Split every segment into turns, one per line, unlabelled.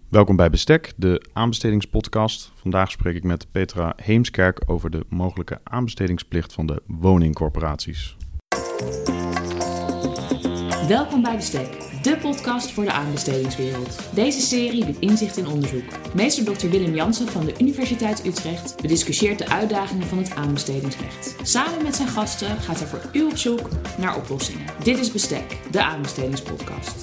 Welkom bij Bestek, de aanbestedingspodcast. Vandaag spreek ik met Petra Heemskerk over de mogelijke aanbestedingsplicht van de woningcorporaties.
Welkom bij Bestek, de podcast voor de aanbestedingswereld. Deze serie biedt inzicht in onderzoek. Meester Dr. Willem Jansen van de Universiteit Utrecht bediscussieert de uitdagingen van het aanbestedingsrecht. Samen met zijn gasten gaat hij voor u op zoek naar oplossingen. Dit is Bestek, de aanbestedingspodcast.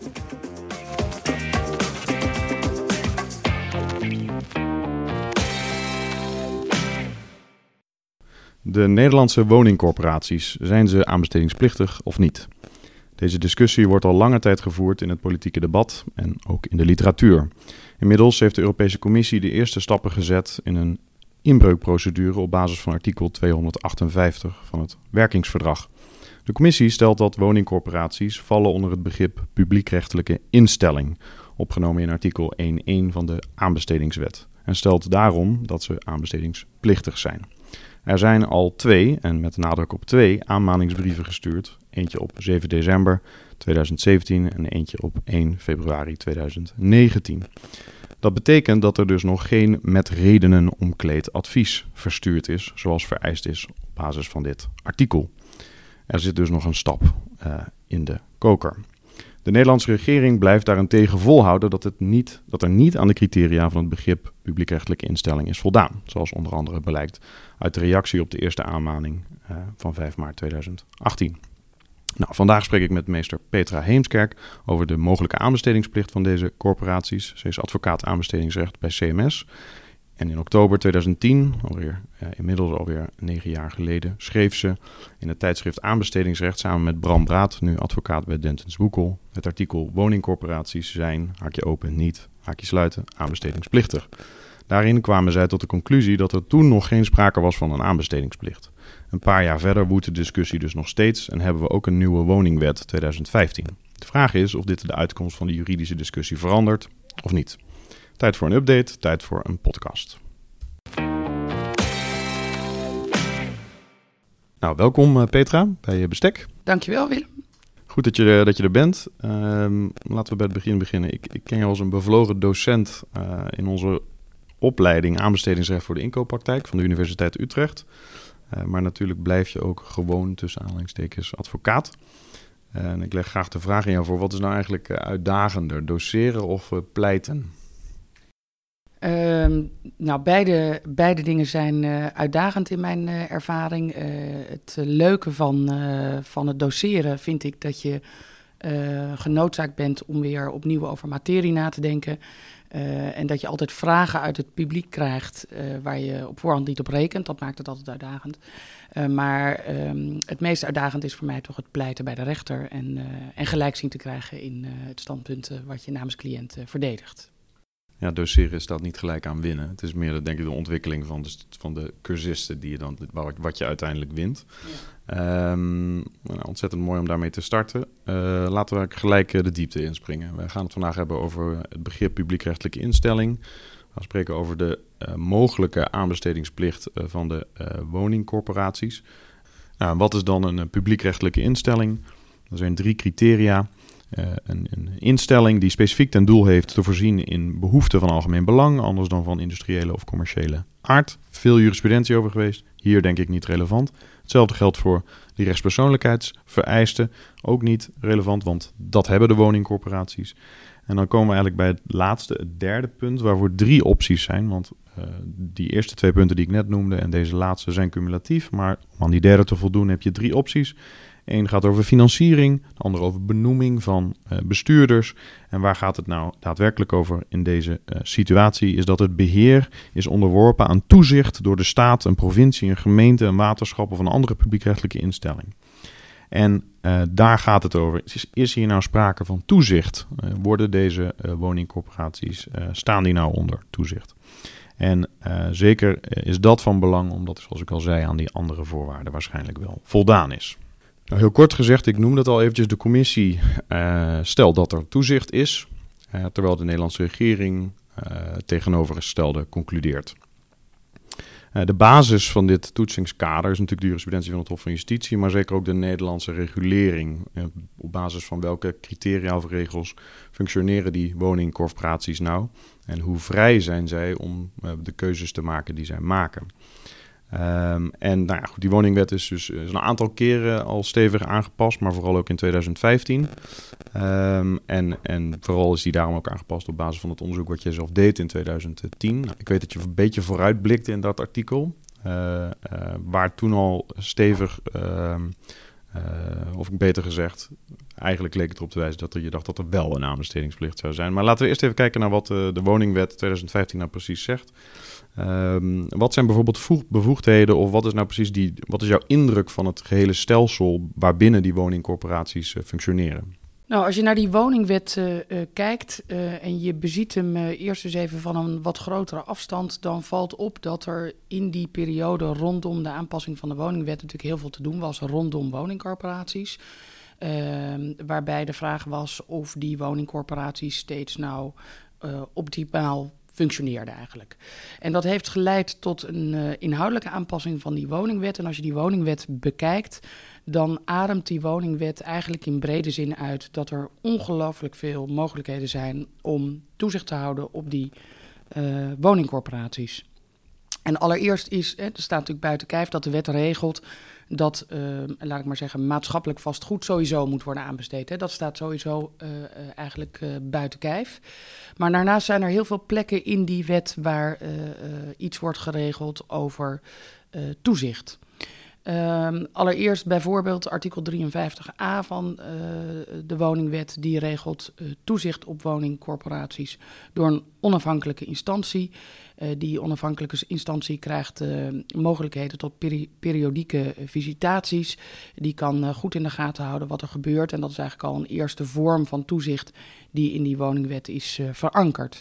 De Nederlandse woningcorporaties, zijn ze aanbestedingsplichtig of niet? Deze discussie wordt al lange tijd gevoerd in het politieke debat en ook in de literatuur. Inmiddels heeft de Europese Commissie de eerste stappen gezet in een inbreukprocedure op basis van artikel 258 van het werkingsverdrag. De Commissie stelt dat woningcorporaties vallen onder het begrip publiekrechtelijke instelling, opgenomen in artikel 1.1 van de aanbestedingswet, en stelt daarom dat ze aanbestedingsplichtig zijn. Er zijn al 2, en met nadruk op 2, aanmaningsbrieven gestuurd. Eentje op 7 december 2017 en eentje op 1 februari 2019. Dat betekent dat er dus nog geen met redenen omkleed advies verstuurd is, zoals vereist is op basis van dit artikel. Er zit dus nog een stap in de koker. De Nederlandse regering blijft daarentegen volhouden dat er niet aan de criteria van het begrip publiekrechtelijke instelling is voldaan. Zoals onder andere blijkt uit de reactie op de eerste aanmaning van 5 maart 2018. Nou, vandaag spreek ik met meester Petra Heemskerk over de mogelijke aanbestedingsplicht van deze corporaties. Ze is advocaat aanbestedingsrecht bij CMS. En in oktober 2010, inmiddels alweer 9 jaar geleden, schreef ze in het tijdschrift Aanbestedingsrecht samen met Bram Braat, nu advocaat bij Dentons Boekel, het artikel Woningcorporaties zijn, haakje open, niet, haakje sluiten, aanbestedingsplichtig. Daarin kwamen zij tot de conclusie dat er toen nog geen sprake was van een aanbestedingsplicht. Een paar jaar verder woedt de discussie dus nog steeds en hebben we ook een nieuwe woningwet 2015. De vraag is of dit de uitkomst van de juridische discussie verandert of niet. Tijd voor een update, tijd voor een podcast. Nou, welkom Petra bij Bestek.
Dankjewel Willem.
Goed dat je er bent. Laten we bij het begin beginnen. Ik ken je als een bevlogen docent in onze opleiding aanbestedingsrecht voor de inkooppraktijk van de Universiteit Utrecht. Maar natuurlijk blijf je ook gewoon tussen aanhalingstekens advocaat. En ik leg graag de vraag aan jou voor, wat is nou eigenlijk uitdagender, doseren of pleiten?
Beide dingen zijn uitdagend in mijn ervaring. Het leuke van het doseren vind ik dat je genoodzaakt bent om weer opnieuw over materie na te denken. En dat je altijd vragen uit het publiek krijgt waar je op voorhand niet op rekent. Dat maakt het altijd uitdagend. Maar het meest uitdagend is voor mij toch het pleiten bij de rechter en gelijk zien te krijgen in het standpunt wat je namens cliënt verdedigt.
Ja, doseren staat niet gelijk aan winnen. Het is meer, denk ik, de ontwikkeling van de cursisten die je dan, wat je uiteindelijk wint. Ja. Ontzettend mooi om daarmee te starten. Laten we gelijk de diepte inspringen. We gaan het vandaag hebben over het begrip publiekrechtelijke instelling. We gaan spreken over de mogelijke aanbestedingsplicht van de woningcorporaties. Wat is dan een publiekrechtelijke instelling? Er zijn 3 criteria. Een instelling die specifiek ten doel heeft te voorzien in behoeften van algemeen belang, anders dan van industriële of commerciële aard. Veel jurisprudentie over geweest, hier denk ik niet relevant. Hetzelfde geldt voor die rechtspersoonlijkheidsvereisten, ook niet relevant, want dat hebben de woningcorporaties. En dan komen we eigenlijk bij het laatste, het derde punt, waarvoor 3 opties zijn, want die eerste 2 punten die ik net noemde en deze laatste zijn cumulatief, maar om aan die derde te voldoen heb je 3 opties. Eén gaat over financiering, de andere over benoeming van bestuurders. En waar gaat het nou daadwerkelijk over in deze situatie? Is dat het beheer is onderworpen aan toezicht door de staat, een provincie, een gemeente, een waterschap of een andere publiekrechtelijke instelling. En daar gaat het over. Is hier nou sprake van toezicht? Worden deze woningcorporaties, staan die nou onder toezicht? En zeker is dat van belang, omdat, zoals ik al zei, aan die andere voorwaarden waarschijnlijk wel voldaan is. Nou, heel kort gezegd, ik noemde het al eventjes, de commissie stelt dat er toezicht is, terwijl de Nederlandse regering tegenovergestelde concludeert. De basis van dit toetsingskader is natuurlijk de jurisprudentie van het Hof van Justitie, maar zeker ook de Nederlandse regulering. Op basis van welke criteria of regels functioneren die woningcorporaties nou? En hoe vrij zijn zij om de keuzes te maken die zij maken? Die woningwet is dus een aantal keren al stevig aangepast, maar vooral ook in 2015. En vooral is die daarom ook aangepast op basis van het onderzoek wat jij zelf deed in 2010. Ik weet dat je een beetje vooruitblikte in dat artikel, waar toen al stevig, of beter gezegd, eigenlijk leek het erop te wijzen dat je dacht dat er wel een aanbestedingsplicht zou zijn. Maar laten we eerst even kijken naar wat de woningwet 2015 nou precies zegt. Wat zijn bijvoorbeeld bevoegdheden of wat is nou precies wat is jouw indruk van het gehele stelsel waarbinnen die woningcorporaties functioneren?
Nou, als je naar die woningwet kijkt en je beziet hem eerst eens even van een wat grotere afstand, dan valt op dat er in die periode rondom de aanpassing van de woningwet natuurlijk heel veel te doen was rondom woningcorporaties. Waarbij de vraag was of die woningcorporaties steeds nou optimaal functioneerde eigenlijk. En dat heeft geleid tot een inhoudelijke aanpassing van die woningwet. En als je die woningwet bekijkt, dan ademt die woningwet eigenlijk in brede zin uit dat er ongelooflijk veel mogelijkheden zijn om toezicht te houden op die woningcorporaties. En allereerst er staat natuurlijk buiten kijf dat de wet regelt dat, laat ik maar zeggen, maatschappelijk vastgoed sowieso moet worden aanbesteed. Hè. Dat staat sowieso eigenlijk buiten kijf. Maar daarnaast zijn er heel veel plekken in die wet waar iets wordt geregeld over toezicht. Allereerst bijvoorbeeld artikel 53a van de woningwet, die regelt toezicht op woningcorporaties door een onafhankelijke instantie. Die onafhankelijke instantie krijgt mogelijkheden tot periodieke visitaties. Die kan goed in de gaten houden wat er gebeurt. En dat is eigenlijk al een eerste vorm van toezicht die in die woningwet is verankerd.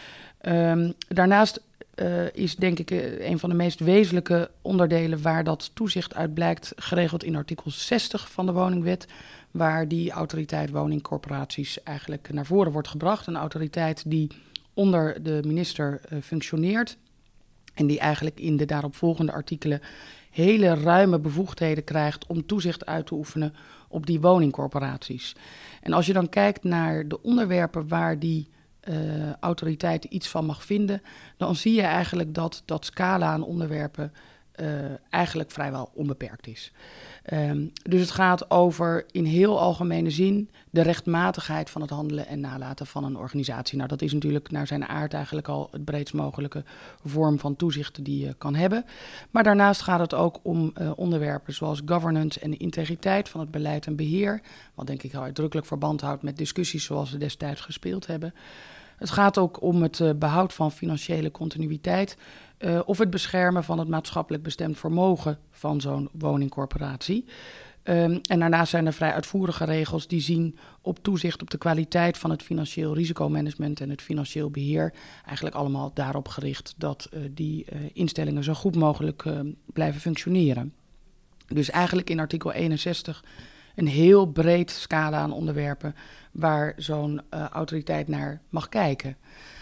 Daarnaast is denk ik een van de meest wezenlijke onderdelen waar dat toezicht uit blijkt geregeld in artikel 60 van de woningwet, waar die autoriteit woningcorporaties eigenlijk naar voren wordt gebracht. Een autoriteit die onder de minister functioneert en die eigenlijk in de daaropvolgende artikelen hele ruime bevoegdheden krijgt om toezicht uit te oefenen op die woningcorporaties. En als je dan kijkt naar de onderwerpen waar die autoriteit iets van mag vinden, dan zie je eigenlijk dat dat scala aan onderwerpen eigenlijk vrijwel onbeperkt is. Dus het gaat over in heel algemene zin de rechtmatigheid van het handelen en nalaten van een organisatie. Nou, dat is natuurlijk naar zijn aard eigenlijk al het breedst mogelijke vorm van toezicht die je kan hebben. Maar daarnaast gaat het ook om onderwerpen zoals governance en de integriteit van het beleid en beheer, wat denk ik heel uitdrukkelijk verband houdt met discussies zoals we destijds gespeeld hebben. Het gaat ook om het behoud van financiële continuïteit of het beschermen van het maatschappelijk bestemd vermogen van zo'n woningcorporatie. En daarnaast zijn er vrij uitvoerige regels die zien op toezicht op de kwaliteit van het financieel risicomanagement en het financieel beheer. Eigenlijk allemaal daarop gericht dat die instellingen zo goed mogelijk blijven functioneren. Dus eigenlijk in artikel 61 een heel breed scala aan onderwerpen waar zo'n autoriteit naar mag kijken.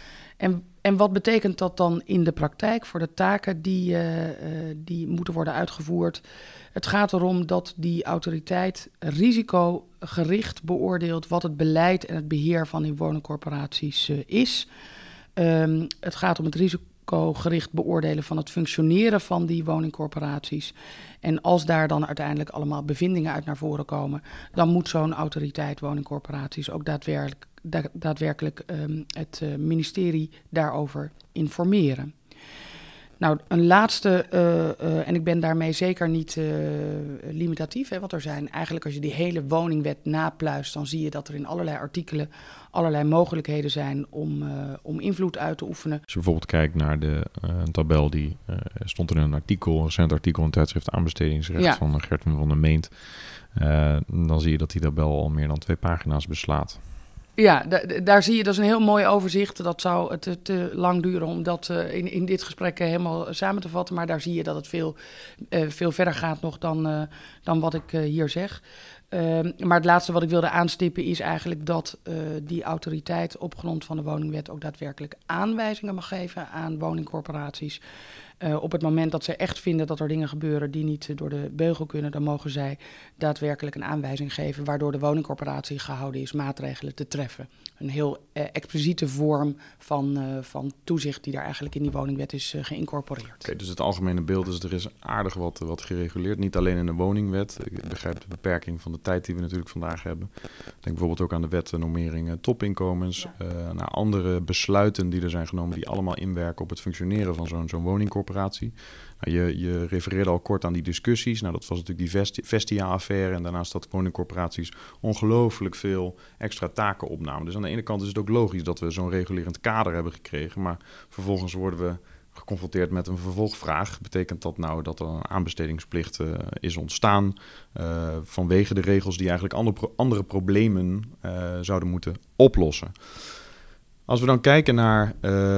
En wat betekent dat dan in de praktijk voor de taken die moeten worden uitgevoerd? Het gaat erom dat die autoriteit risicogericht beoordeelt wat het beleid en het beheer van die woningcorporaties is. Het gaat om het risicogericht beoordelen van het functioneren van die woningcorporaties. En als daar dan uiteindelijk allemaal bevindingen uit naar voren komen, dan moet zo'n autoriteit woningcorporaties ook daadwerkelijk het ministerie daarover informeren. Nou, een laatste, en ik ben daarmee zeker niet limitatief, want er zijn eigenlijk, als je die hele woningwet napluist, dan zie je dat er in allerlei artikelen allerlei mogelijkheden zijn om invloed uit te oefenen.
Als je bijvoorbeeld kijkt naar een tabel die stond er in een recent artikel in het tijdschrift Aanbestedingsrecht van Gert-Wim van der Meent, dan zie je dat die tabel al meer dan 2 pagina's beslaat.
Ja, daar zie je, dat is een heel mooi overzicht. Dat zou te lang duren om dat in dit gesprek helemaal samen te vatten. Maar daar zie je dat het veel verder gaat nog dan wat ik hier zeg. Maar het laatste wat ik wilde aanstippen is eigenlijk dat die autoriteit op grond van de woningwet ook daadwerkelijk aanwijzingen mag geven aan woningcorporaties. Op het moment dat ze echt vinden dat er dingen gebeuren die niet door de beugel kunnen, dan mogen zij daadwerkelijk een aanwijzing geven waardoor de woningcorporatie gehouden is maatregelen te treffen. Een heel expliciete vorm van toezicht die daar eigenlijk in die woningwet is geïncorporeerd.
Okay, dus het algemene beeld is, er is aardig wat gereguleerd. Niet alleen in de woningwet. Ik begrijp de beperking van de tijd die we natuurlijk vandaag hebben. Ik denk bijvoorbeeld ook aan de wet normering topinkomens. Ja. Naar andere besluiten die er zijn genomen die allemaal inwerken op het functioneren van zo'n woningcorporatie. Nou, je refereerde al kort aan die discussies. Nou, dat was natuurlijk die Vestia-affaire. En daarnaast dat woningcorporaties ongelooflijk veel extra taken opnamen. Dus aan de ene kant is het ook logisch dat we zo'n regulerend kader hebben gekregen. Maar vervolgens worden we geconfronteerd met een vervolgvraag. Betekent dat nou dat er een aanbestedingsplicht is ontstaan vanwege de regels die eigenlijk andere problemen zouden moeten oplossen? Als we dan kijken naar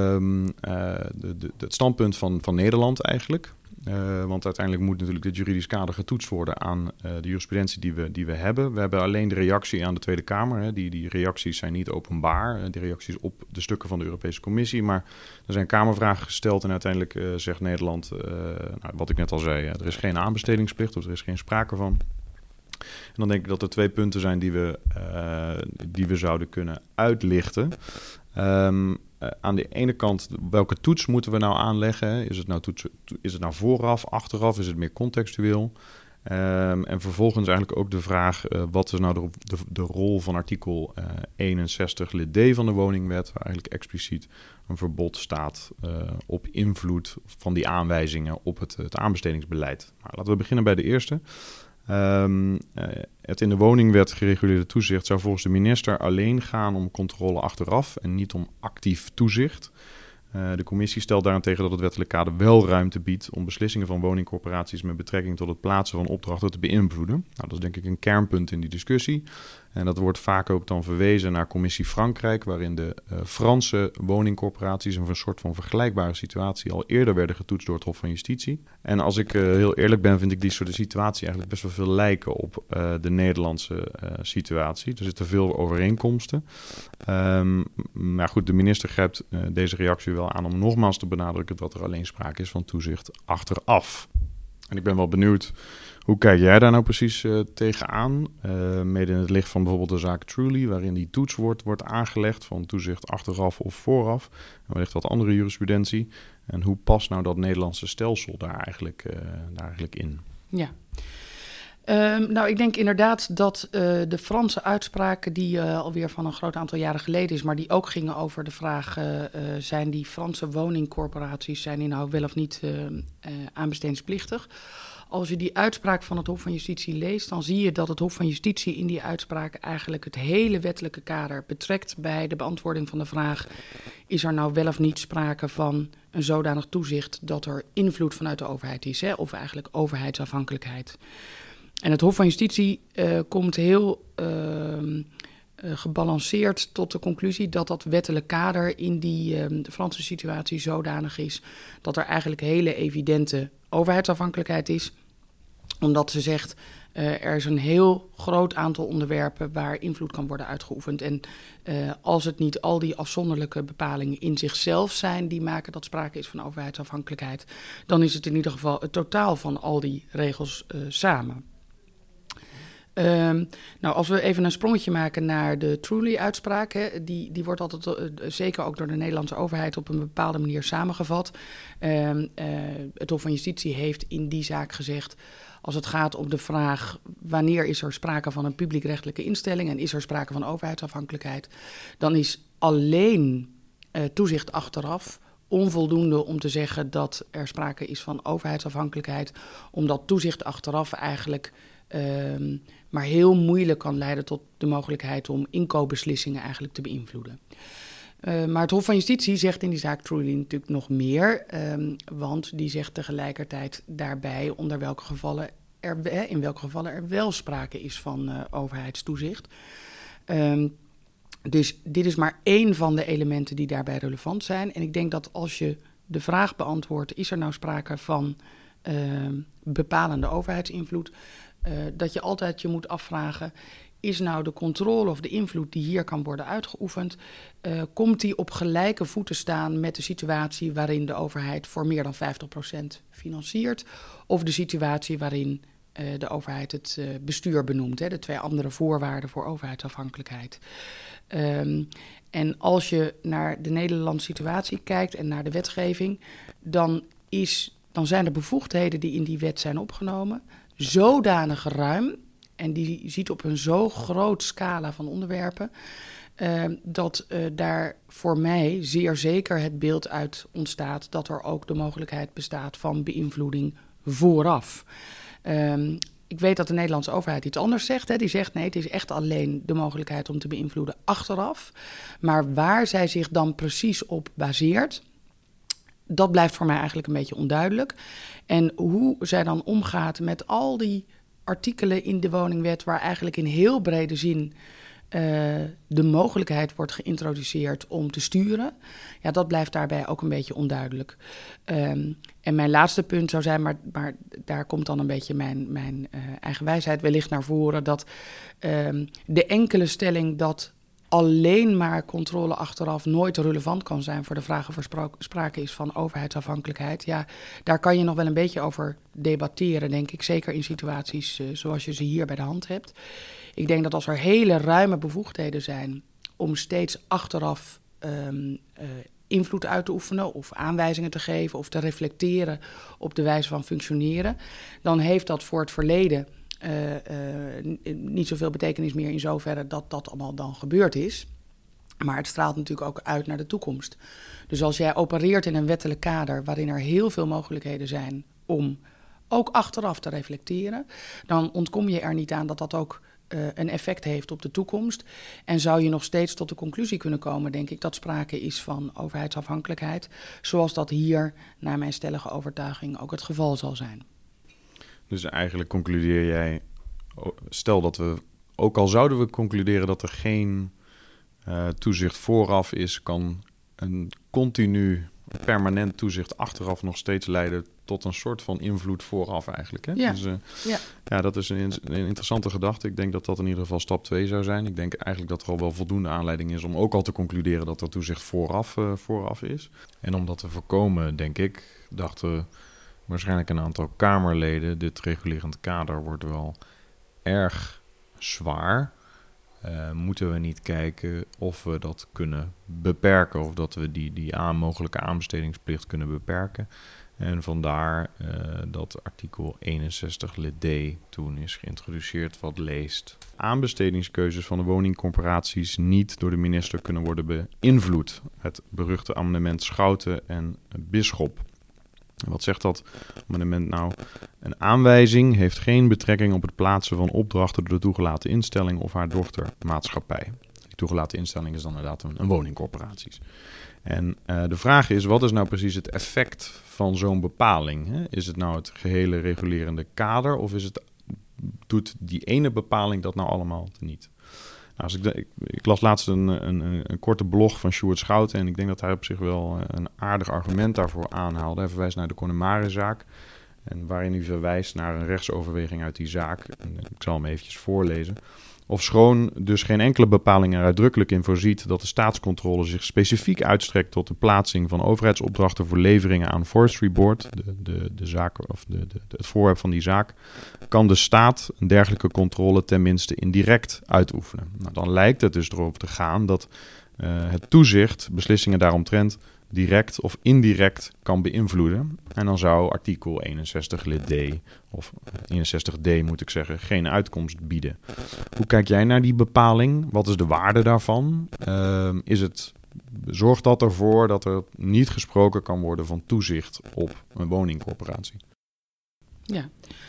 het standpunt van Nederland eigenlijk. Want uiteindelijk moet natuurlijk dit juridisch kader getoetst worden aan de jurisprudentie die we hebben. We hebben alleen de reactie aan de Tweede Kamer. Hè. Die reacties zijn niet openbaar. Die reacties op de stukken van de Europese Commissie. Maar er zijn Kamervragen gesteld en uiteindelijk zegt Nederland, wat ik net al zei, er is geen aanbestedingsplicht, of er is geen sprake van. En dan denk ik dat er 2 punten zijn die we zouden kunnen uitlichten. Aan de ene kant, welke toets moeten we nou aanleggen? Is het nou vooraf, achteraf? Is het meer contextueel? En vervolgens eigenlijk ook de vraag, wat is nou de rol van artikel 61 lid D van de woningwet, waar eigenlijk expliciet een verbod staat op invloed van die aanwijzingen op het aanbestedingsbeleid. Nou, laten we beginnen bij de eerste. Het in de woningwet gereguleerde toezicht zou volgens de minister alleen gaan om controle achteraf en niet om actief toezicht. De commissie stelt daarentegen dat het wettelijk kader wel ruimte biedt om beslissingen van woningcorporaties met betrekking tot het plaatsen van opdrachten te beïnvloeden. Nou, dat is denk ik een kernpunt in die discussie. En dat wordt vaak ook dan verwezen naar Commissie Frankrijk, waarin de Franse woningcorporaties in een soort van vergelijkbare situatie al eerder werden getoetst door het Hof van Justitie. En als ik heel eerlijk ben, vind ik die soort situatie eigenlijk best wel veel lijken op de Nederlandse situatie. Er zitten veel overeenkomsten. Maar goed, de minister grijpt deze reactie wel aan om nogmaals te benadrukken dat er alleen sprake is van toezicht achteraf. En ik ben wel benieuwd, hoe kijk jij daar nou precies tegenaan? Mede in het licht van bijvoorbeeld de zaak Truly, waarin die toets wordt aangelegd van toezicht achteraf of vooraf. En wellicht wat andere jurisprudentie. En hoe past nou dat Nederlandse stelsel daar eigenlijk in?
Ja. Nou, ik denk inderdaad dat de Franse uitspraken die alweer van een groot aantal jaren geleden is, maar die ook gingen over de vraag, zijn die Franse woningcorporaties, zijn die nou wel of niet aanbestedingsplichtig? Als je die uitspraak van het Hof van Justitie leest, dan zie je dat het Hof van Justitie in die uitspraak eigenlijk het hele wettelijke kader betrekt bij de beantwoording van de vraag, is er nou wel of niet sprake van een zodanig toezicht dat er invloed vanuit de overheid is, hè? Of eigenlijk overheidsafhankelijkheid. En het Hof van Justitie komt heel gebalanceerd tot de conclusie dat dat wettelijk kader in de Franse situatie zodanig is dat er eigenlijk hele evidente overheidsafhankelijkheid is. Omdat ze zegt, er is een heel groot aantal onderwerpen waar invloed kan worden uitgeoefend. En als het niet al die afzonderlijke bepalingen in zichzelf zijn die maken dat sprake is van overheidsafhankelijkheid, dan is het in ieder geval het totaal van al die regels samen. Nou, als we even een sprongetje maken naar de Truly-uitspraak, die wordt altijd zeker ook door de Nederlandse overheid op een bepaalde manier samengevat. Het Hof van Justitie heeft in die zaak gezegd, als het gaat om de vraag wanneer is er sprake van een publiekrechtelijke instelling en is er sprake van overheidsafhankelijkheid, dan is alleen toezicht achteraf onvoldoende om te zeggen dat er sprake is van overheidsafhankelijkheid, omdat toezicht achteraf eigenlijk maar heel moeilijk kan leiden tot de mogelijkheid om inkoopbeslissingen eigenlijk te beïnvloeden. Maar het Hof van Justitie zegt in die zaak Truly natuurlijk nog meer, want die zegt tegelijkertijd daarbij in welke gevallen er wel sprake is van overheidstoezicht. Dus dit is maar één van de elementen die daarbij relevant zijn. En ik denk dat als je de vraag beantwoordt, is er nou sprake van bepalende overheidsinvloed, dat je altijd je moet afvragen, is nou de controle of de invloed die hier kan worden uitgeoefend, komt die op gelijke voeten staan met de situatie waarin de overheid voor meer dan 50% financiert, of de situatie waarin de overheid het bestuur benoemt, de 2 andere voorwaarden voor overheidsafhankelijkheid. En als je naar de Nederlandse situatie kijkt en naar de wetgeving, dan zijn de bevoegdheden die in die wet zijn opgenomen zodanig ruim, en die ziet op een zo groot scala van onderwerpen, dat daar voor mij zeer zeker het beeld uit ontstaat dat er ook de mogelijkheid bestaat van beïnvloeding vooraf. Ik weet dat de Nederlandse overheid iets anders zegt. Hè. Die zegt nee, het is echt alleen de mogelijkheid om te beïnvloeden achteraf. Maar waar zij zich dan precies op baseert, dat blijft voor mij eigenlijk een beetje onduidelijk. En hoe zij dan omgaat met al die artikelen in de woningwet waar eigenlijk in heel brede zin de mogelijkheid wordt geïntroduceerd om te sturen, ja, dat blijft daarbij ook een beetje onduidelijk. En mijn laatste punt zou zijn, maar daar komt dan een beetje mijn eigen wijsheid wellicht naar voren, dat de enkele stelling dat alleen maar controle achteraf nooit relevant kan zijn voor de vraag of er sprake is van overheidsafhankelijkheid. Ja, daar kan je nog wel een beetje over debatteren, denk ik. Zeker in situaties zoals je ze hier bij de hand hebt. Ik denk dat als er hele ruime bevoegdheden zijn om steeds achteraf invloed uit te oefenen of aanwijzingen te geven of te reflecteren op de wijze van functioneren, dan heeft dat voor het verleden niet zoveel betekenis meer in zoverre dat dat allemaal dan gebeurd is. Maar het straalt natuurlijk ook uit naar de toekomst. Dus als jij opereert in een wettelijk kader waarin er heel veel mogelijkheden zijn om ook achteraf te reflecteren, dan ontkom je er niet aan dat dat ook een effect heeft op de toekomst. En zou je nog steeds tot de conclusie kunnen komen, denk ik, dat sprake is van overheidsafhankelijkheid, zoals dat hier, naar mijn stellige overtuiging, ook het geval zal zijn.
Dus eigenlijk concludeer jij, stel dat we, ook al zouden we concluderen dat er geen toezicht vooraf is, kan een continu permanent toezicht achteraf nog steeds leiden tot een soort van invloed vooraf eigenlijk. Hè?
Ja.
Dus, ja, dat is een interessante gedachte. Ik denk dat dat in ieder geval stap 2 zou zijn. Ik denk eigenlijk dat er al wel voldoende aanleiding is om ook al te concluderen dat er toezicht vooraf is. En om dat te voorkomen, denk ik, dachten waarschijnlijk een aantal Kamerleden, dit regulerend kader wordt wel erg zwaar. Moeten we niet kijken of we dat kunnen beperken, of dat we die mogelijke aanbestedingsplicht kunnen beperken. En vandaar dat artikel 61 lid D toen is geïntroduceerd, wat leest: aanbestedingskeuzes van de woningcorporaties niet door de minister kunnen worden beïnvloed. Het beruchte amendement Schouten en Bisschop. En wat zegt dat amendement nou? Een aanwijzing heeft geen betrekking op het plaatsen van opdrachten door de toegelaten instelling of haar dochtermaatschappij. Die toegelaten instelling is dan inderdaad een woningcorporaties. En de vraag is, wat is nou precies het effect van zo'n bepaling? Hè? Is het nou het gehele regulerende kader of doet die ene bepaling dat nou allemaal niet? Nou, ik las laatst een korte blog van Sjoerd Schouten en ik denk dat hij op zich wel een aardig argument daarvoor aanhaalde. Hij verwijst naar de Connemara-zaak en waarin hij verwijst naar een rechtsoverweging uit die zaak. Ik zal hem eventjes voorlezen. Ofschoon dus geen enkele bepaling er uitdrukkelijk in voorziet dat de staatscontrole zich specifiek uitstrekt tot de plaatsing van overheidsopdrachten voor leveringen aan Forestry Board, de zaak of het voorwerp van die zaak, kan de staat een dergelijke controle tenminste indirect uitoefenen. Nou, dan lijkt het dus erop te gaan dat het toezicht beslissingen daaromtrent direct of indirect kan beïnvloeden. En dan zou artikel 61 lid D, of 61D moet ik zeggen, geen uitkomst bieden. Hoe kijk jij naar die bepaling? Wat is de waarde daarvan? Zorgt dat ervoor dat er niet gesproken kan worden van toezicht op een woningcorporatie?
Ja.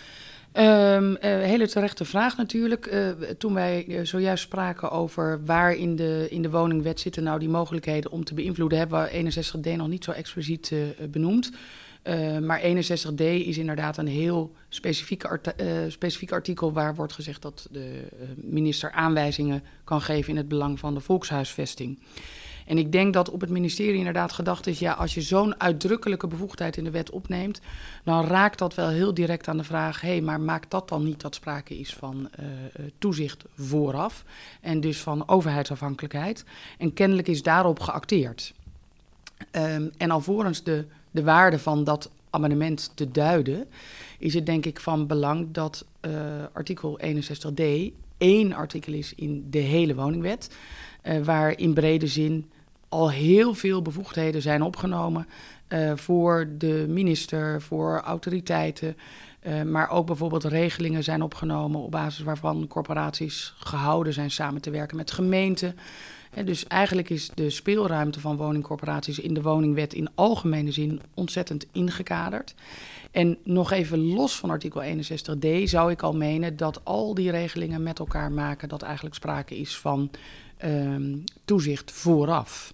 Hele terechte vraag natuurlijk. Toen wij zojuist spraken over waar in de woningwet zitten nou die mogelijkheden om te beïnvloeden, hebben we 61D nog niet zo expliciet benoemd. Maar 61D is inderdaad een heel specifiek artikel waar wordt gezegd dat de minister aanwijzingen kan geven in het belang van de volkshuisvesting. En ik denk dat op het ministerie inderdaad gedacht is, als je zo'n uitdrukkelijke bevoegdheid in de wet opneemt, dan raakt dat wel heel direct aan de vraag, maar maakt dat dan niet dat sprake is van toezicht vooraf en dus van overheidsafhankelijkheid? En kennelijk is daarop geacteerd. En alvorens de waarde van dat amendement te duiden, is het denk ik van belang dat artikel 61d één artikel is in de hele woningwet, waar in brede zin al heel veel bevoegdheden zijn opgenomen voor de minister, voor autoriteiten, maar ook bijvoorbeeld regelingen zijn opgenomen op basis waarvan corporaties gehouden zijn samen te werken met gemeenten. Dus eigenlijk is de speelruimte van woningcorporaties in de woningwet in algemene zin ontzettend ingekaderd. En nog even los van artikel 61d zou ik al menen dat al die regelingen met elkaar maken dat eigenlijk sprake is van toezicht vooraf.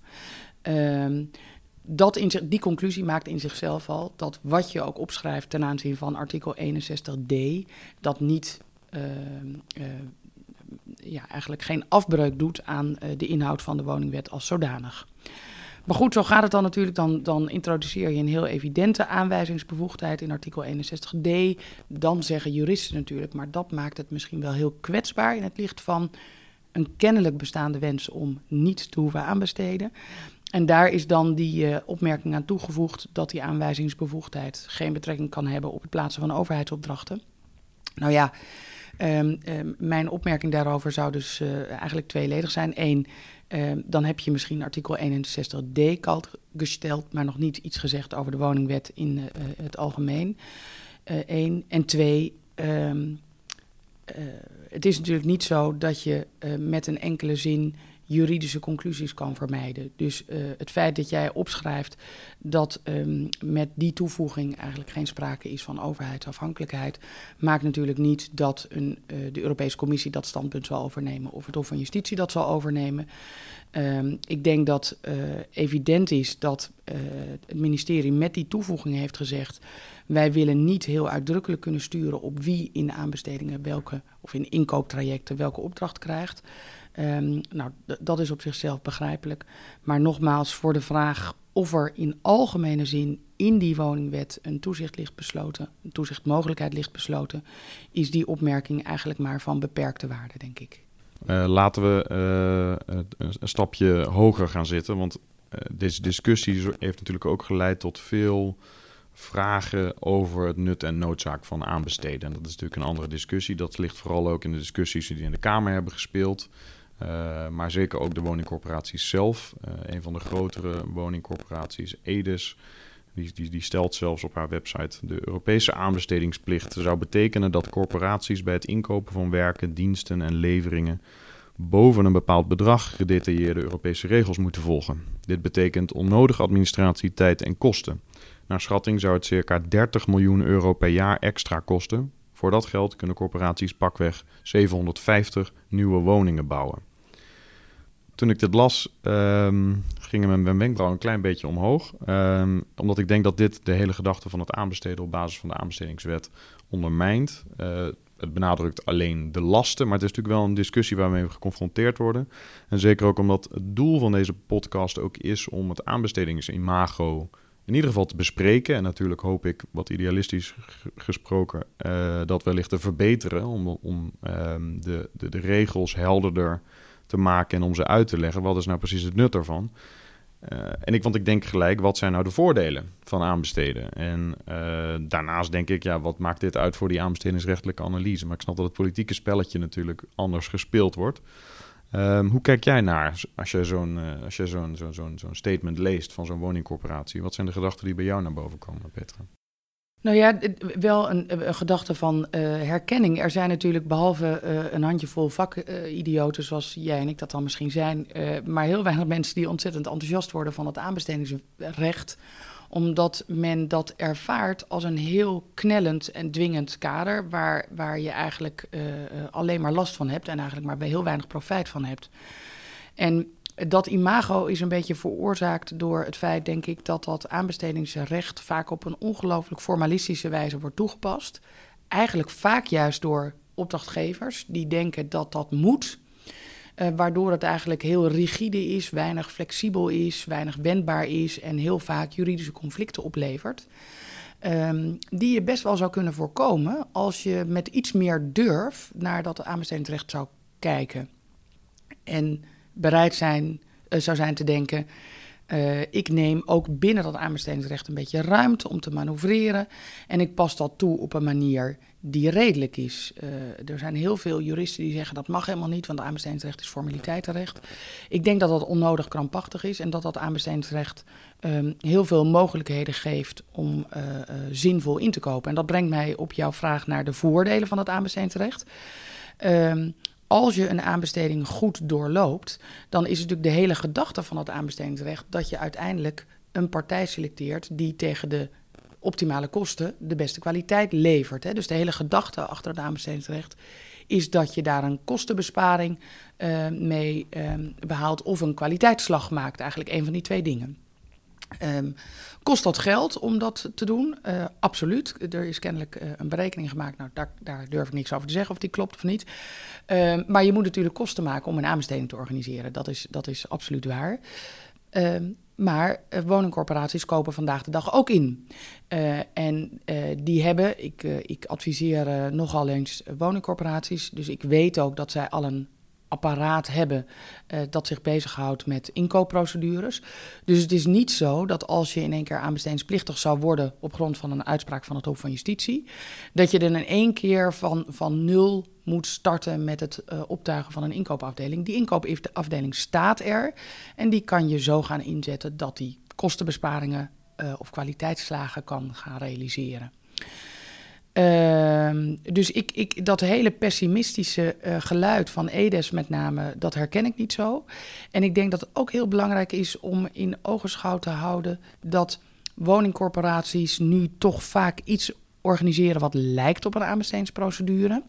Die conclusie maakt in zichzelf al dat wat je ook opschrijft ten aanzien van artikel 61d, dat niet eigenlijk geen afbreuk doet aan de inhoud van de woningwet als zodanig. Maar goed, zo gaat het dan natuurlijk. Dan introduceer je een heel evidente aanwijzingsbevoegdheid in artikel 61d. Dan zeggen juristen natuurlijk, maar dat maakt het misschien wel heel kwetsbaar in het licht van een kennelijk bestaande wens om niet te hoeven aanbesteden. En daar is dan die opmerking aan toegevoegd dat die aanwijzingsbevoegdheid geen betrekking kan hebben op het plaatsen van overheidsopdrachten. Nou ja, mijn opmerking daarover zou dus eigenlijk tweeledig zijn. Eén, dan heb je misschien artikel 61d kalt gesteld, maar nog niet iets gezegd over de woningwet in het algemeen. Eén. En twee, het is natuurlijk niet zo dat je met een enkele zin juridische conclusies kan vermijden. Dus het feit dat jij opschrijft dat met die toevoeging eigenlijk geen sprake is van overheidsafhankelijkheid, maakt natuurlijk niet dat de Europese Commissie dat standpunt zal overnemen of het Hof van Justitie dat zal overnemen. Ik denk dat evident is dat het ministerie met die toevoeging heeft gezegd, wij willen niet heel uitdrukkelijk kunnen sturen op wie in aanbestedingen of in inkooptrajecten welke opdracht krijgt. Dat is op zichzelf begrijpelijk. Maar nogmaals, voor de vraag of er in algemene zin in die woningwet een toezichtmogelijkheid ligt besloten, is die opmerking eigenlijk maar van beperkte waarde, denk ik.
Laten we een stapje hoger gaan zitten, want deze discussie heeft natuurlijk ook geleid tot veel vragen over het nut en noodzaak van aanbesteden. En dat is natuurlijk een andere discussie. Dat ligt vooral ook in de discussies die in de Kamer hebben gespeeld. Maar zeker ook de woningcorporaties zelf. Een van de grotere woningcorporaties, Edes, die stelt zelfs op haar website: de Europese aanbestedingsplicht zou betekenen dat corporaties bij het inkopen van werken, diensten en leveringen boven een bepaald bedrag gedetailleerde Europese regels moeten volgen. Dit betekent onnodige administratie, tijd en kosten. Naar schatting zou het circa 30 miljoen euro per jaar extra kosten. Voor dat geld kunnen corporaties pakweg 750 nieuwe woningen bouwen. Toen ik dit las, gingen mijn wenkbrauwen een klein beetje omhoog. Omdat ik denk dat dit de hele gedachte van het aanbesteden op basis van de aanbestedingswet ondermijnt. Het benadrukt alleen de lasten, maar het is natuurlijk wel een discussie waarmee we geconfronteerd worden. En zeker ook omdat het doel van deze podcast ook is om het aanbestedingsimago in ieder geval te bespreken. En natuurlijk hoop ik, wat idealistisch gesproken, dat wellicht te verbeteren om de regels helderder te maken en om ze uit te leggen. Wat is nou precies het nut ervan? Want ik denk gelijk, wat zijn nou de voordelen van aanbesteden? En daarnaast denk ik, wat maakt dit uit voor die aanbestedingsrechtelijke analyse? Maar ik snap dat het politieke spelletje natuurlijk anders gespeeld wordt. Hoe kijk jij naar als je zo'n statement leest van zo'n woningcorporatie? Wat zijn de gedachten die bij jou naar boven komen, Petra?
Nou ja, wel een gedachte van herkenning. Er zijn natuurlijk behalve een handjevol vakidioten zoals jij en ik dat dan misschien zijn, maar heel weinig mensen die ontzettend enthousiast worden van het aanbestedingsrecht, omdat men dat ervaart als een heel knellend en dwingend kader waar je eigenlijk alleen maar last van hebt en eigenlijk maar bij heel weinig profijt van hebt. En dat imago is een beetje veroorzaakt door het feit, denk ik, dat aanbestedingsrecht vaak op een ongelooflijk formalistische wijze wordt toegepast. Eigenlijk vaak juist door opdrachtgevers die denken dat dat moet. Waardoor het eigenlijk heel rigide is, weinig flexibel is, weinig wendbaar is en heel vaak juridische conflicten oplevert. Die je best wel zou kunnen voorkomen als je met iets meer durf naar dat aanbestedingsrecht zou kijken. En bereid zou zijn te denken, ik neem ook binnen dat aanbestedingsrecht een beetje ruimte om te manoeuvreren. En ik pas dat toe op een manier die redelijk is. Er zijn heel veel juristen die zeggen dat mag helemaal niet, want aanbestedingsrecht is formaliteitenrecht. Ik denk dat dat onnodig krampachtig is en dat aanbestedingsrecht heel veel mogelijkheden geeft om zinvol in te kopen. En dat brengt mij op jouw vraag naar de voordelen van het aanbestedingsrecht. Als je een aanbesteding goed doorloopt, dan is het natuurlijk de hele gedachte van het aanbestedingsrecht dat je uiteindelijk een partij selecteert die tegen de optimale kosten de beste kwaliteit levert. Hè. Dus de hele gedachte achter het aanbestedingsrecht is dat je daar een kostenbesparing mee behaalt of een kwaliteitsslag maakt. Eigenlijk een van die twee dingen. Kost dat geld om dat te doen? Absoluut. Er is kennelijk een berekening gemaakt. Nou, daar durf ik niks over te zeggen of die klopt of niet. Maar je moet natuurlijk kosten maken om een aanbesteding te organiseren. Dat is absoluut waar. Maar woningcorporaties kopen vandaag de dag ook in. En die hebben, ik adviseer nogal eens woningcorporaties. Dus ik weet ook dat zij al een apparaat hebben dat zich bezighoudt met inkoopprocedures. Dus het is niet zo dat als je in één keer aanbestedingsplichtig zou worden op grond van een uitspraak van het Hof van Justitie, dat je dan in één keer van nul moet starten met het optuigen van een inkoopafdeling. Die inkoopafdeling staat er en die kan je zo gaan inzetten dat die kostenbesparingen of kwaliteitsslagen kan gaan realiseren. Dus dat hele pessimistische geluid van Edes met name, dat herken ik niet zo. En ik denk dat het ook heel belangrijk is om in ogenschouw te houden dat woningcorporaties nu toch vaak iets organiseren wat lijkt op een aanbestedingsprocedure.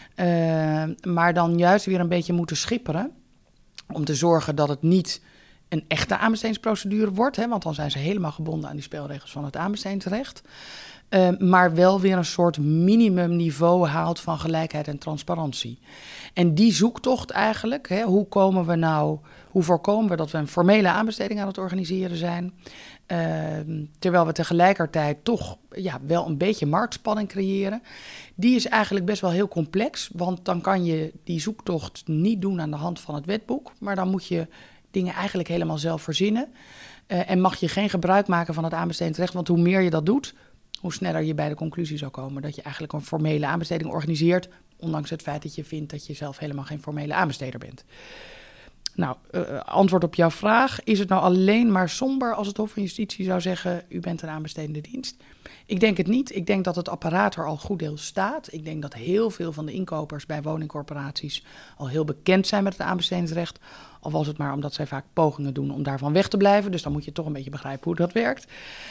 Maar dan juist weer een beetje moeten schipperen om te zorgen dat het niet een echte aanbestedingsprocedure wordt. Hè, want dan zijn ze helemaal gebonden aan die spelregels van het aanbestedingsrecht. Maar wel weer een soort minimumniveau haalt van gelijkheid en transparantie. En die zoektocht eigenlijk, hè, hoe voorkomen we dat we een formele aanbesteding aan het organiseren zijn, terwijl we tegelijkertijd toch wel een beetje marktspanning creëren, die is eigenlijk best wel heel complex, want dan kan je die zoektocht niet doen aan de hand van het wetboek, maar dan moet je dingen eigenlijk helemaal zelf verzinnen en mag je geen gebruik maken van het aanbestedingsrecht, want hoe meer je dat doet, hoe sneller je bij de conclusie zou komen dat je eigenlijk een formele aanbesteding organiseert, ondanks het feit dat je vindt dat je zelf helemaal geen formele aanbesteder bent. Nou, antwoord op jouw vraag. Is het nou alleen maar somber als het Hof van Justitie zou zeggen, u bent een aanbestedende dienst? Ik denk het niet. Ik denk dat het apparaat er al goed deel staat. Ik denk dat heel veel van de inkopers bij woningcorporaties al heel bekend zijn met het aanbestedingsrecht. Al was het maar omdat zij vaak pogingen doen om daarvan weg te blijven. Dus dan moet je toch een beetje begrijpen hoe dat werkt.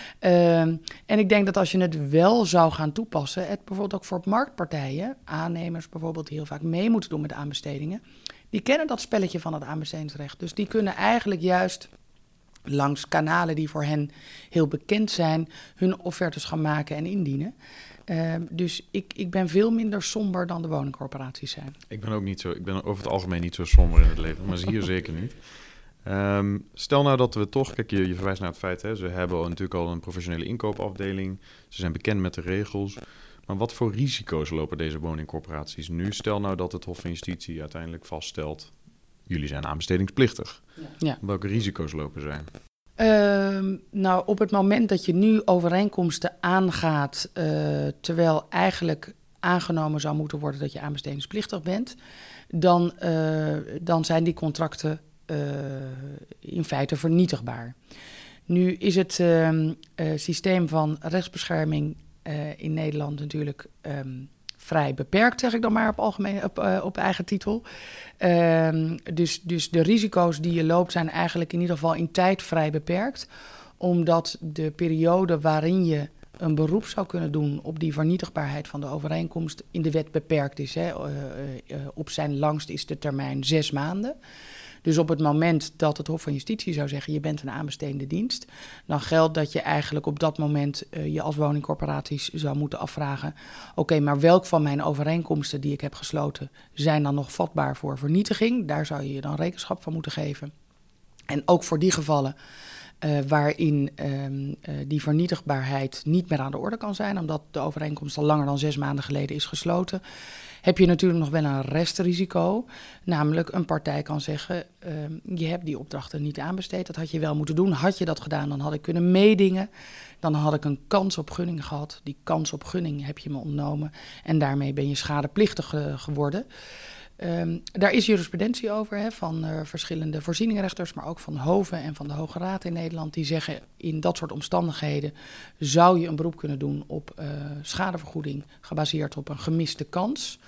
En ik denk dat als je het wel zou gaan toepassen, het bijvoorbeeld ook voor marktpartijen, aannemers bijvoorbeeld die heel vaak mee moeten doen met aanbestedingen, die kennen dat spelletje van het aanbestedingsrecht. Dus die kunnen eigenlijk juist langs kanalen die voor hen heel bekend zijn, hun offertes gaan maken en indienen. Dus ik ben veel minder somber dan de woningcorporaties zijn.
Ik ben over het algemeen niet zo somber in het leven, maar hier zeker niet. Stel nou dat we toch, kijk, je verwijst naar het feit, hè, ze hebben natuurlijk al een professionele inkoopafdeling, ze zijn bekend met de regels. Maar wat voor risico's lopen deze woningcorporaties nu? Stel nou dat het Hof van Justitie uiteindelijk vaststelt, jullie zijn aanbestedingsplichtig. Ja. Welke risico's lopen zij?
Nou, op het moment dat je nu overeenkomsten aangaat, terwijl eigenlijk aangenomen zou moeten worden dat je aanbestedingsplichtig bent, dan zijn die contracten in feite vernietigbaar. Nu is het systeem van rechtsbescherming in Nederland natuurlijk vrij beperkt, zeg ik dan maar op eigen titel. Dus de risico's die je loopt zijn eigenlijk in ieder geval in tijd vrij beperkt, omdat de periode waarin je een beroep zou kunnen doen op die vernietigbaarheid van de overeenkomst in de wet beperkt is. Hè. Op zijn langst is de termijn 6 maanden. Dus op het moment dat het Hof van Justitie zou zeggen, je bent een aanbestedende dienst, dan geldt dat je eigenlijk op dat moment je als woningcorporaties zou moeten afvragen, oké, maar welk van mijn overeenkomsten die ik heb gesloten zijn dan nog vatbaar voor vernietiging? Daar zou je je dan rekenschap van moeten geven. En ook voor die gevallen waarin die vernietigbaarheid niet meer aan de orde kan zijn, omdat de overeenkomst al langer dan 6 maanden geleden is gesloten, heb je natuurlijk nog wel een restrisico. Namelijk een partij kan zeggen, je hebt die opdrachten niet aanbesteed, dat had je wel moeten doen. Had je dat gedaan, dan had ik kunnen meedingen. Dan had ik een kans op gunning gehad. Die kans op gunning heb je me ontnomen. En daarmee ben je schadeplichtig geworden. Daar is jurisprudentie over van verschillende voorzieningenrechters, maar ook van hoven en van de Hoge Raad in Nederland. Die zeggen, in dat soort omstandigheden zou je een beroep kunnen doen op schadevergoeding gebaseerd op een gemiste kans.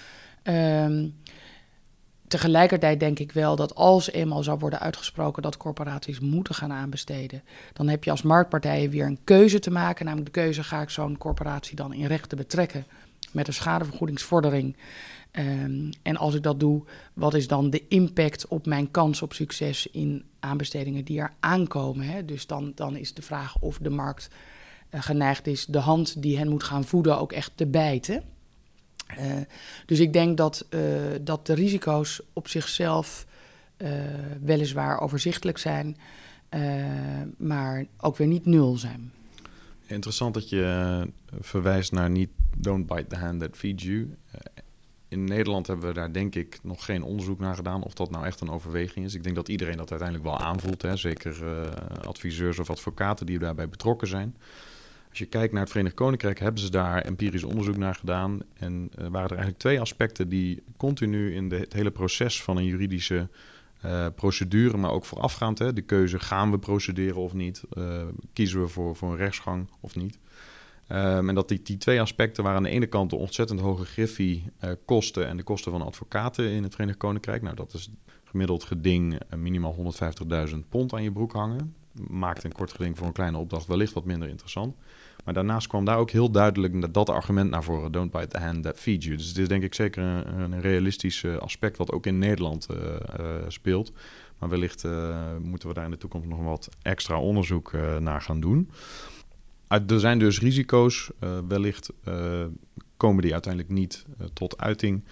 Tegelijkertijd denk ik wel dat als eenmaal zou worden uitgesproken dat corporaties moeten gaan aanbesteden, dan heb je als marktpartijen weer een keuze te maken. Namelijk de keuze, ga ik zo'n corporatie dan in rechten betrekken met een schadevergoedingsvordering? En als ik dat doe, wat is dan de impact op mijn kans op succes in aanbestedingen die er aankomen? Hè? Dus dan is de vraag of de markt geneigd is de hand die hen moet gaan voeden ook echt te bijten. Dus ik denk dat de risico's op zichzelf weliswaar overzichtelijk zijn, maar ook weer niet nul zijn.
Interessant dat je verwijst naar niet don't bite the hand that feeds you. In Nederland hebben we daar denk ik nog geen onderzoek naar gedaan of dat nou echt een overweging is. Ik denk dat iedereen dat uiteindelijk wel aanvoelt. Hè? Zeker adviseurs of advocaten die daarbij betrokken zijn. Als je kijkt naar het Verenigd Koninkrijk hebben ze daar empirisch onderzoek naar gedaan. En waren er eigenlijk 2 aspecten die continu in het hele proces van een juridische procedure, maar ook voorafgaand, hè, de keuze, gaan we procederen of niet? Kiezen we voor een rechtsgang of niet? En dat die 2 aspecten waren aan de ene kant de ontzettend hoge griffie-kosten en de kosten van advocaten in het Verenigd Koninkrijk. Nou, dat is gemiddeld geding minimaal £150.000 aan je broek hangen. Maakt een kort geding voor een kleine opdracht wellicht wat minder interessant. Maar daarnaast kwam daar ook heel duidelijk dat argument naar voren. Don't bite the hand that feeds you. Dus het is denk ik zeker een realistisch aspect wat ook in Nederland speelt. Maar wellicht moeten we daar in de toekomst nog wat extra onderzoek naar gaan doen. Er zijn dus risico's. Wellicht komen die uiteindelijk niet tot uiting.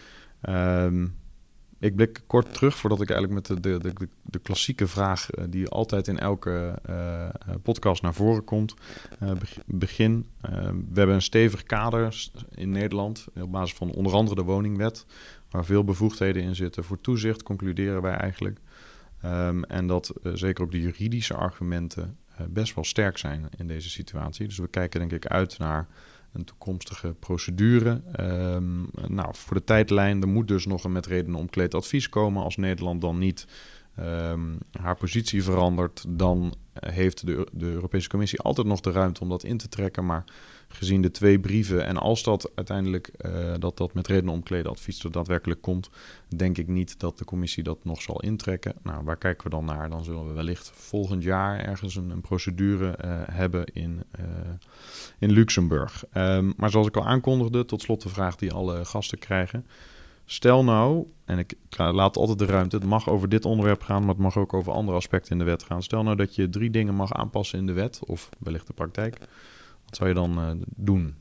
Ik blik kort terug voordat ik eigenlijk met de klassieke vraag die altijd in elke podcast naar voren komt, begin. We hebben een stevig kader in Nederland op basis van onder andere de woningwet, waar veel bevoegdheden in zitten voor toezicht, concluderen wij eigenlijk. En dat zeker ook de juridische argumenten best wel sterk zijn in deze situatie. Dus we kijken denk ik uit naar een toekomstige procedure. Voor de tijdlijn, er moet dus nog een met redenen omkleed advies komen. Als Nederland dan niet haar positie verandert, dan heeft de Europese Commissie altijd nog de ruimte om dat in te trekken. Maar gezien de 2 brieven en als dat uiteindelijk dat met redenen omkleden advies er daadwerkelijk komt, denk ik niet dat de Commissie dat nog zal intrekken. Nou, waar kijken we dan naar? Dan zullen we wellicht volgend jaar ergens een procedure hebben in Luxemburg. Maar zoals ik al aankondigde, tot slot de vraag die alle gasten krijgen. Stel nou, en ik laat altijd de ruimte, het mag over dit onderwerp gaan, maar het mag ook over andere aspecten in de wet gaan. Stel nou dat je 3 dingen mag aanpassen in de wet, of wellicht de praktijk. Wat zou je dan doen?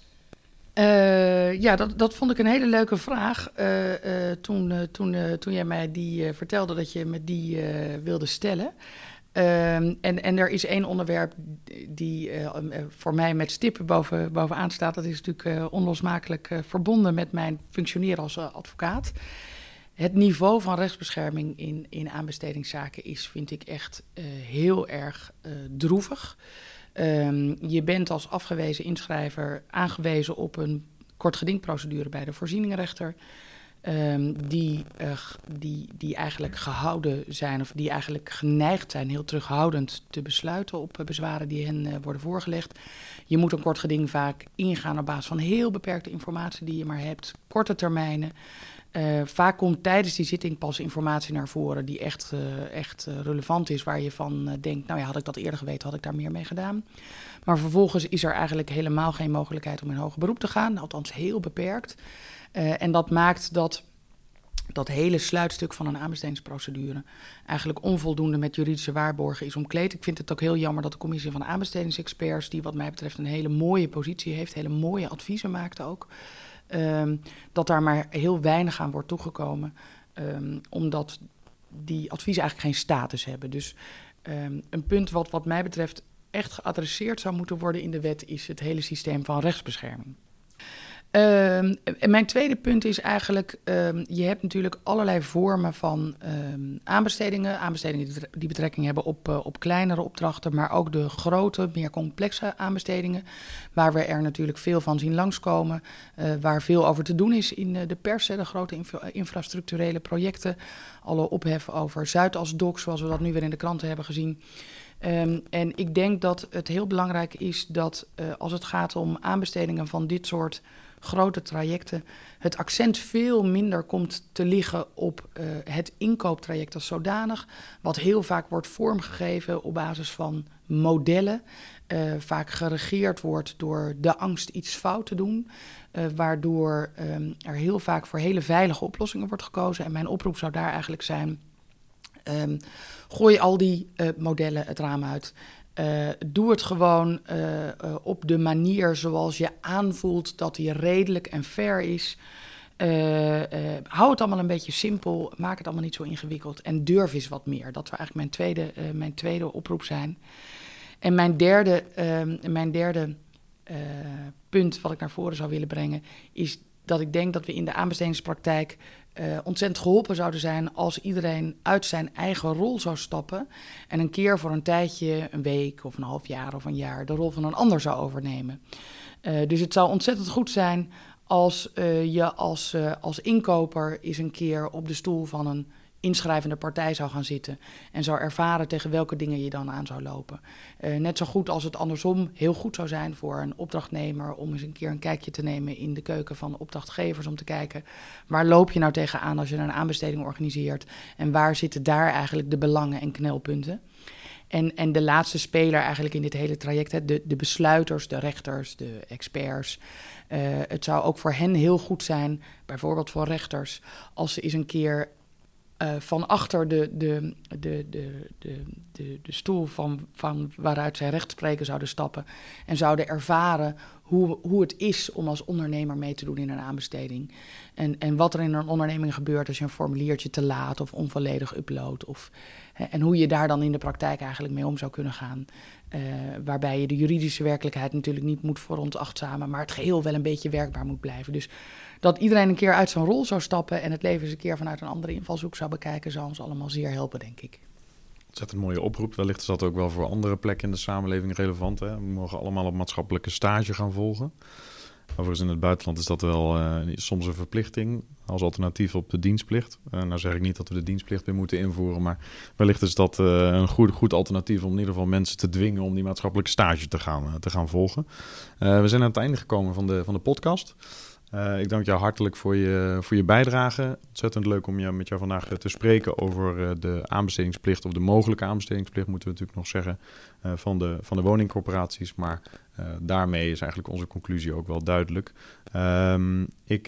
Dat vond ik een hele leuke vraag. Toen jij mij die vertelde dat je me die wilde stellen. En er is 1 onderwerp die voor mij met stippen bovenaan staat. Dat is natuurlijk onlosmakelijk verbonden met mijn functioneren als advocaat. Het niveau van rechtsbescherming in aanbestedingszaken is, vind ik, echt heel erg droevig. Je bent als afgewezen inschrijver aangewezen op een kortgedingprocedure bij de voorzieningenrechter. Die eigenlijk gehouden zijn of die eigenlijk geneigd zijn heel terughoudend te besluiten op bezwaren die hen worden voorgelegd. Je moet een kort geding vaak ingaan op basis van heel beperkte informatie die je maar hebt, korte termijnen. Vaak komt tijdens die zitting pas informatie naar voren die echt relevant is, waar je van denkt, nou ja, had ik dat eerder geweten, had ik daar meer mee gedaan. Maar vervolgens is er eigenlijk helemaal geen mogelijkheid om in hoger beroep te gaan, althans heel beperkt. En dat maakt dat dat hele sluitstuk van een aanbestedingsprocedure eigenlijk onvoldoende met juridische waarborgen is omkleed. Ik vind het ook heel jammer dat de commissie van aanbestedingsexperts, die wat mij betreft een hele mooie positie heeft, hele mooie adviezen maakt ook, dat daar maar heel weinig aan wordt toegekomen, omdat die adviezen eigenlijk geen status hebben. Dus een punt wat mij betreft echt geadresseerd zou moeten worden in de wet is het hele systeem van rechtsbescherming. En mijn tweede punt is eigenlijk, je hebt natuurlijk allerlei vormen van aanbestedingen die betrekking hebben op kleinere opdrachten, maar ook de grote, meer complexe aanbestedingen, waar we er natuurlijk veel van zien langskomen, waar veel over te doen is in de pers, de grote infrastructurele projecten, alle ophef over Zuidasdok, zoals we dat nu weer in de kranten hebben gezien. En ik denk dat het heel belangrijk is dat als het gaat om aanbestedingen van dit soort grote trajecten, het accent veel minder komt te liggen op het inkooptraject als zodanig, wat heel vaak wordt vormgegeven op basis van modellen, vaak geregeerd wordt door de angst iets fout te doen, waardoor er heel vaak voor hele veilige oplossingen wordt gekozen. En mijn oproep zou daar eigenlijk zijn, gooi al die modellen het raam uit. Doe het gewoon op de manier zoals je aanvoelt dat die redelijk en fair is. Hou het allemaal een beetje simpel. Maak het allemaal niet zo ingewikkeld. En durf eens wat meer. Dat zou eigenlijk mijn tweede oproep zijn. En mijn derde punt wat ik naar voren zou willen brengen is dat ik denk dat we in de aanbestedingspraktijk ontzettend geholpen zouden zijn als iedereen uit zijn eigen rol zou stappen en een keer voor een tijdje, een week of een half jaar of een jaar, de rol van een ander zou overnemen. Dus het zou ontzettend goed zijn als je als inkoper eens een keer op de stoel van een inschrijvende partij zou gaan zitten en zou ervaren tegen welke dingen je dan aan zou lopen. Net zo goed als het andersom heel goed zou zijn voor een opdrachtnemer om eens een keer een kijkje te nemen in de keuken van opdrachtgevers om te kijken waar loop je nou tegenaan als je een aanbesteding organiseert en waar zitten daar eigenlijk de belangen en knelpunten. En de laatste speler eigenlijk in dit hele traject, de besluiters, de rechters, de experts. Het zou ook voor hen heel goed zijn, bijvoorbeeld voor rechters, als ze eens een keer van achter de stoel van waaruit zij recht spreken zouden stappen en zouden ervaren hoe het is om als ondernemer mee te doen in een aanbesteding. En wat er in een onderneming gebeurt als je een formuliertje te laat of onvolledig uploadt. En hoe je daar dan in de praktijk eigenlijk mee om zou kunnen gaan. Waarbij je de juridische werkelijkheid natuurlijk niet moet veronachtzamen, maar het geheel wel een beetje werkbaar moet blijven. Dus dat iedereen een keer uit zijn rol zou stappen en het leven eens een keer vanuit een andere invalshoek zou bekijken, zou ons allemaal zeer helpen, denk ik.
Ontzettend mooie oproep. Wellicht is dat ook wel voor andere plekken in de samenleving relevant. Hè? We mogen allemaal op maatschappelijke stage gaan volgen. Overigens in het buitenland is dat wel soms een verplichting als alternatief op de dienstplicht. Nou zeg ik niet dat we de dienstplicht weer moeten invoeren, maar wellicht is dat een goed alternatief om in ieder geval mensen te dwingen om die maatschappelijke stage te gaan volgen. We zijn aan het einde gekomen van de podcast. Ik dank jou hartelijk voor je bijdrage. Ontzettend leuk om met jou vandaag te spreken over de aanbestedingsplicht of de mogelijke aanbestedingsplicht, moeten we natuurlijk nog zeggen, van de woningcorporaties. Maar daarmee is eigenlijk onze conclusie ook wel duidelijk. Ik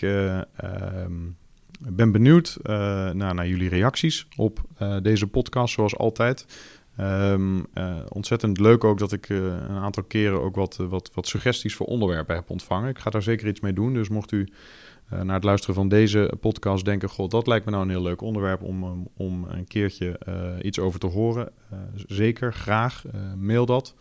ben benieuwd naar jullie reacties op deze podcast, zoals altijd. Ontzettend leuk ook dat ik een aantal keren ook wat suggesties voor onderwerpen heb ontvangen. Ik ga daar zeker iets mee doen, dus mocht u na het luisteren van deze podcast denken, god, dat lijkt me nou een heel leuk onderwerp om een keertje iets over te horen. Zeker, graag, mail dat.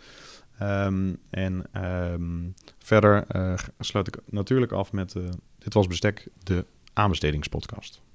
Verder sluit ik natuurlijk af met Dit Was Bestek, de aanbestedingspodcast.